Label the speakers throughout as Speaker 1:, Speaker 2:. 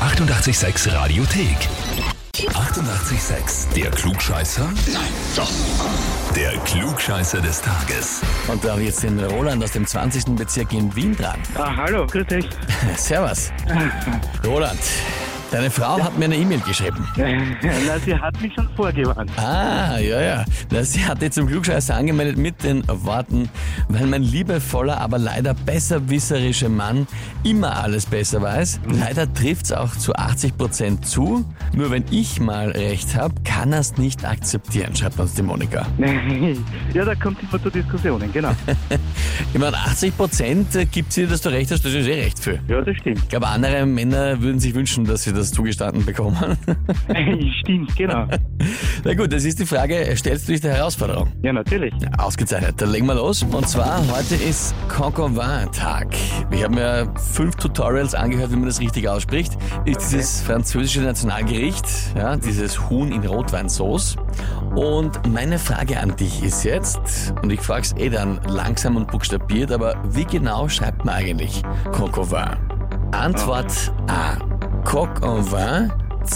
Speaker 1: 886 Radiothek. 88,6. Der Klugscheißer? Nein, doch. Der Klugscheißer des Tages.
Speaker 2: Und da habe ich jetzt den Roland aus dem 20. Bezirk in Wien dran.
Speaker 3: Hallo, grüß dich.
Speaker 2: Servus. Roland, deine Frau hat mir eine E-Mail geschrieben.
Speaker 3: Na, sie hat mich schon vorgewarnt.
Speaker 2: Ja. Sie hat dich zum Klugscheißer angemeldet mit den Worten: Weil mein liebevoller, aber leider besserwisserischer Mann immer alles besser weiß. Leider trifft's auch zu 80% zu. Nur wenn ich mal recht habe, kann er's nicht akzeptieren, schreibt uns die Monika.
Speaker 3: Ja, da kommt immer zu Diskussionen, genau.
Speaker 2: Ich meine, 80% gibt's dir, dass du recht hast, das ist recht viel.
Speaker 3: Ja, das stimmt.
Speaker 2: Ich glaube, andere Männer würden sich wünschen, dass sie das zugestanden bekommen.
Speaker 3: Stimmt, genau.
Speaker 2: Na gut, das ist die Frage, stellst du dich der Herausforderung?
Speaker 3: Ja, natürlich.
Speaker 2: Ausgezeichnet, dann legen wir los. Und zwar, heute ist Coq au Vin-Tag. Ich habe mir 5 Tutorials angehört, wie man das richtig ausspricht. Ist dieses französische Nationalgericht, ja, dieses Huhn in Rotweinsauce. Und meine Frage an dich ist jetzt, und ich frage es dann langsam und buchstabiert, aber wie genau schreibt man eigentlich Coq au Vin? Antwort A. Coq au Vin,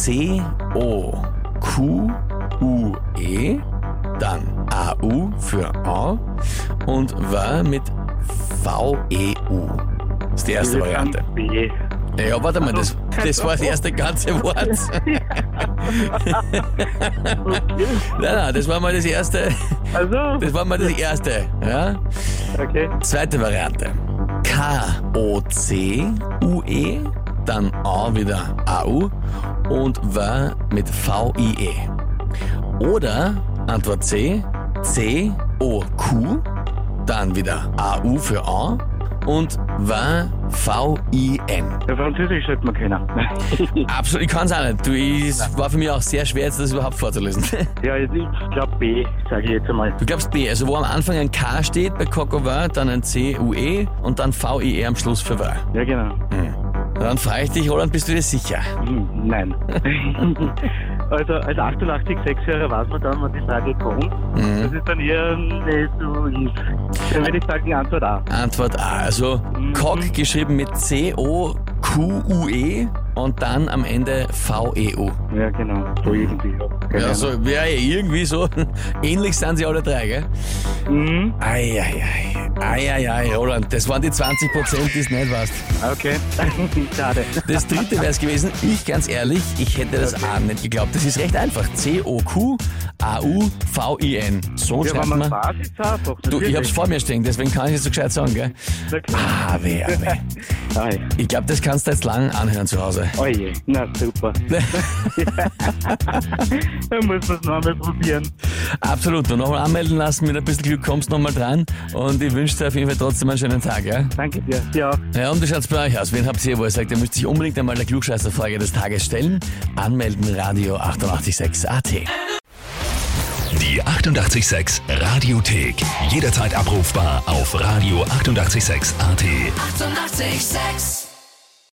Speaker 2: C-O-Q-U-E, dann A-U für A und Vin mit V-E-U. Das ist die erste Variante.
Speaker 3: B.
Speaker 2: Ja, warte mal, das war das erste ganze Wort. Nein, das war mal das erste.
Speaker 3: Also?
Speaker 2: Das war mal das erste. Ja?
Speaker 3: Okay.
Speaker 2: Zweite Variante. K-O-C-U-E, dann A wieder A-U und Vin mit V-I-E. Oder Antwort C, C-O-Q, dann wieder A-U für A und Vin V-I-N.
Speaker 3: Ja, Französisch sollte man kennen.
Speaker 2: Absolut, ich kann es auch nicht. Es war für mich auch sehr schwer, jetzt das überhaupt vorzulesen.
Speaker 3: Ja, ich glaube B, sage ich jetzt einmal.
Speaker 2: Du glaubst B, also wo am Anfang ein K steht bei Coq au Vin, dann ein C-U-E und dann V-I-E am Schluss für Vin.
Speaker 3: Ja, genau.
Speaker 2: Dann frage ich dich, Roland, bist du dir sicher?
Speaker 3: Nein. Also als 88-6-Jähriger weiß man dann, wann die Frage kommt. Das ist dann eher nicht so ist. Dann würde ich sagen, Antwort A.
Speaker 2: Antwort A, also Coq geschrieben mit C-O-Q-U-E und dann am Ende V-E-U.
Speaker 3: Ja, genau. So irgendwie. Ja,
Speaker 2: Ja, so, ja, irgendwie so. Ähnlich sind sie alle drei, gell? Eieiei, Roland, das waren die 20%, die es nicht warst.
Speaker 3: Okay. Schade.
Speaker 2: Das dritte wäre es gewesen, ich ganz ehrlich, ich hätte das A nicht geglaubt. Das ist recht einfach. C-O-Q-A-U-V-I-N. So
Speaker 3: Ja,
Speaker 2: schreibt
Speaker 3: wenn man
Speaker 2: man.
Speaker 3: weiß, ist es einfach.
Speaker 2: Du, ich hab's vor mir stehen, deswegen kann ich es so gescheit sagen, gell?
Speaker 3: Na klar.
Speaker 2: Ave.
Speaker 3: Ei.
Speaker 2: Ich glaube, das kannst du jetzt lang anhören zu Hause.
Speaker 3: Oje, na super. Dann muss man es noch einmal probieren.
Speaker 2: Absolut. Und nochmal anmelden lassen, mit ein bisschen Glück kommst du nochmal dran. Und ich wünsche dir auf jeden Fall trotzdem einen schönen Tag, ja?
Speaker 3: Danke dir. Ja.
Speaker 2: Ja, und wie schaut's bei euch aus? Wen habt ihr, wo ihr sagt, ihr müsst sich unbedingt einmal der Klugscheißer-Frage des Tages stellen? Anmelden, Radio 886 AT.
Speaker 1: Die 88,6 Radiothek. Jederzeit abrufbar auf Radio 88,6 AT.
Speaker 4: 88,6.